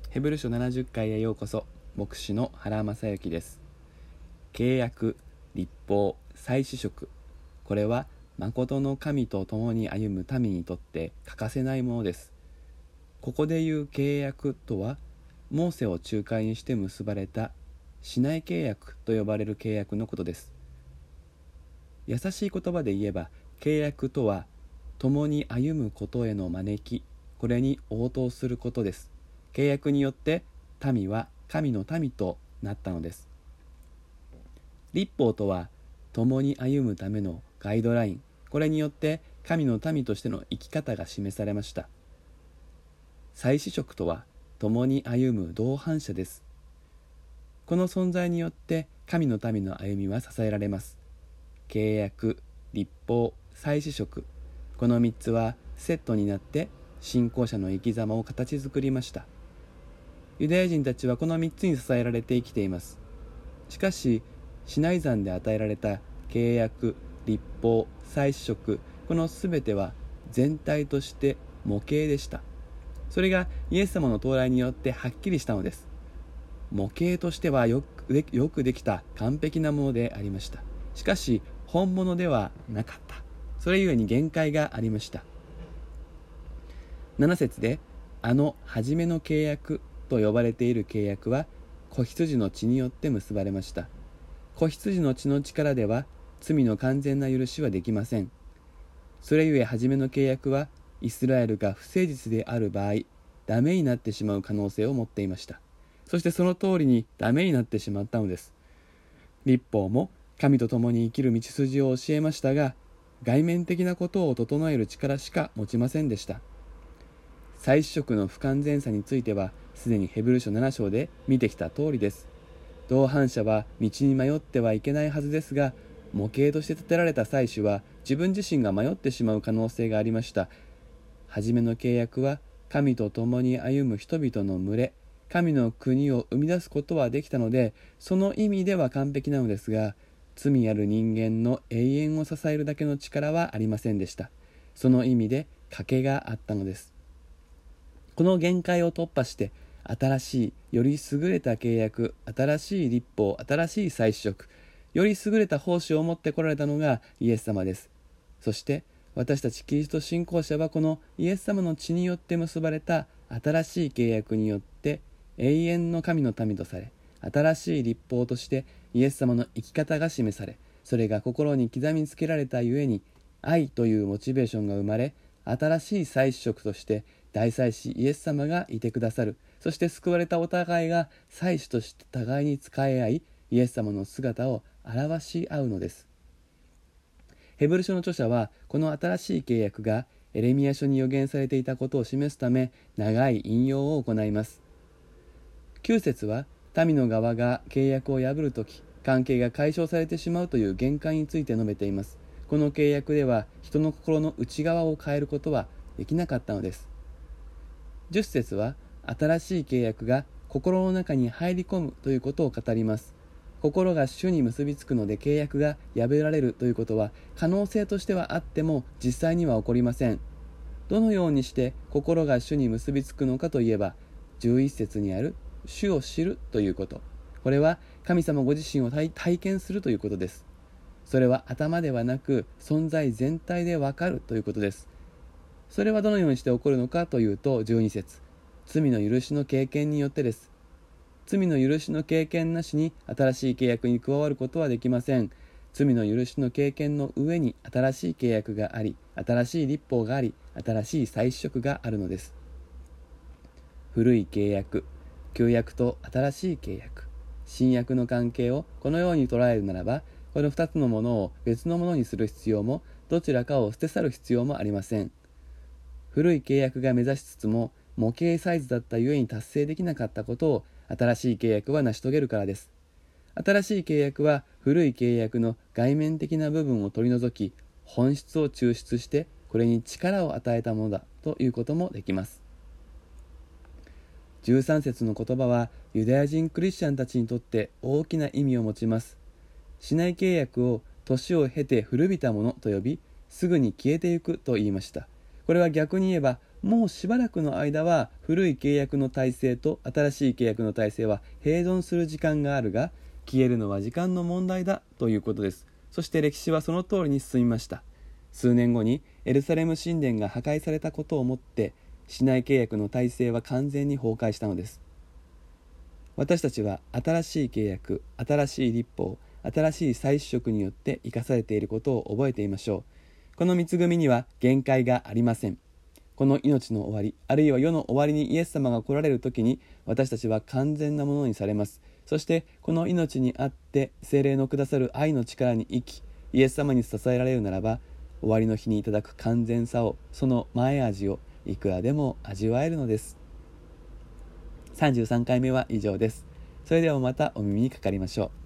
ヘブル書70回へようこそ。牧師の原正幸です。契約、立法、再子職、これは誠の神と共に歩む民にとって欠かせないものです。ここで言う契約とは、モーセを仲介にして結ばれたシナイ契約と呼ばれる契約のことです。優しい言葉で言えば、契約とは共に歩むことへの招き、これに応答することです。契約によって民は神の民となったのです。律法とは共に歩むためのガイドライン、これによって神の民としての生き方が示されました。再子職とは共に歩む同伴者です。この存在によって神の民の歩みは支えられます。契約、律法、再子職、この3つはセットになって信仰者の生き様を形作りました。ユダヤ人たちはこの3つに支えられて生きています。しかし、シナイ山で与えられた契約、律法、再子職、このすべては全体として模型でした。それがイエス様の到来によってはっきりしたのです。模型としてはよくできた完璧なものでありました。しかし、本物ではなかった。それゆえに限界がありました。7節で、初めの契約と呼ばれている契約は、子羊の血によって結ばれました。子羊の血の力では、罪の完全な許しはできません。それゆえ初めの契約は、イスラエルが不誠実である場合、ダメになってしまう可能性を持っていました。そしてその通りにダメになってしまったのです。律法も神と共に生きる道筋を教えましたが、外面的なことを整える力しか持ちませんでした。再子職の不完全さについては、すでにヘブル書7章で見てきた通りです。同伴者は道に迷ってはいけないはずですが、模型として建てられた祭司は自分自身が迷ってしまう可能性がありました。初めの契約は、神と共に歩む人々の群れ、神の国を生み出すことはできたので、その意味では完璧なのですが、罪ある人間の永遠を支えるだけの力はありませんでした。その意味で賭けがあったのです。この限界を突破して、新しい、より優れた契約、新しい律法、新しい再子職、より優れた奉仕を持ってこられたのがイエス様です。そして、私たちキリスト信仰者はこのイエス様の血によって結ばれた新しい契約によって永遠の神の民とされ、新しい律法としてイエス様の生き方が示され、それが心に刻みつけられたゆえに、愛というモチベーションが生まれ、新しい再子職として大祭司イエス様がいてくださる。そして救われたお互いが祭司として互いに仕え合い、イエス様の姿を表し合うのです。ヘブル書の著者は、この新しい契約がエレミヤ書に予言されていたことを示すため、長い引用を行います。9節は、民の側が契約を破るとき、関係が解消されてしまうという限界について述べています。この契約では、人の心の内側を変えることはできなかったのです。10節は、新しい契約が心の中に入り込むということを語ります。心が主に結びつくので契約が破られるということは可能性としてはあっても実際には起こりません。どのようにして心が主に結びつくのかといえば、11節にある主を知るということ。これは神様ご自身を体験するということです。それは頭ではなく存在全体でわかるということです。それはどのようにして起こるのかというと、12節、罪の許しの経験によってです。罪の許しの経験なしに新しい契約に加わることはできません。罪の許しの経験の上に新しい契約があり、新しい律法があり、新しい再子職があるのです。古い契約、旧約と新しい契約、新約の関係をこのように捉えるならば、この2つのものを別のものにする必要も、どちらかを捨て去る必要もありません。古い契約が目指しつつも、模型サイズだったゆえに達成できなかったことを、新しい契約は成し遂げるからです。新しい契約は古い契約の外面的な部分を取り除き、本質を抽出してこれに力を与えたものだということもできます。13節の言葉はユダヤ人クリスチャンたちにとって大きな意味を持ちます。シナイ契約を年を経て古びたものと呼び、すぐに消えていくと言いました。これは逆に言えばもうしばらくの間は古い契約の体制と新しい契約の体制は併存する時間があるが、消えるのは時間の問題だということです。そして歴史はその通りに進みました。数年後にエルサレム神殿が破壊されたことをもって、シナイ契約の体制は完全に崩壊したのです。私たちは新しい契約、新しい律法、新しい再主食によって生かされていることを覚えていましょう。この御告には限界がありません。この命の終わり、あるいは世の終わりにイエス様が来られるときに、私たちは完全なものにされます。そしてこの命にあって聖霊のくださる愛の力に生き、イエス様に支えられるならば、終わりの日にいただく完全さを、その前味をいくらでも味わえるのです。33回目は以上です。それではまたお耳にかかりましょう。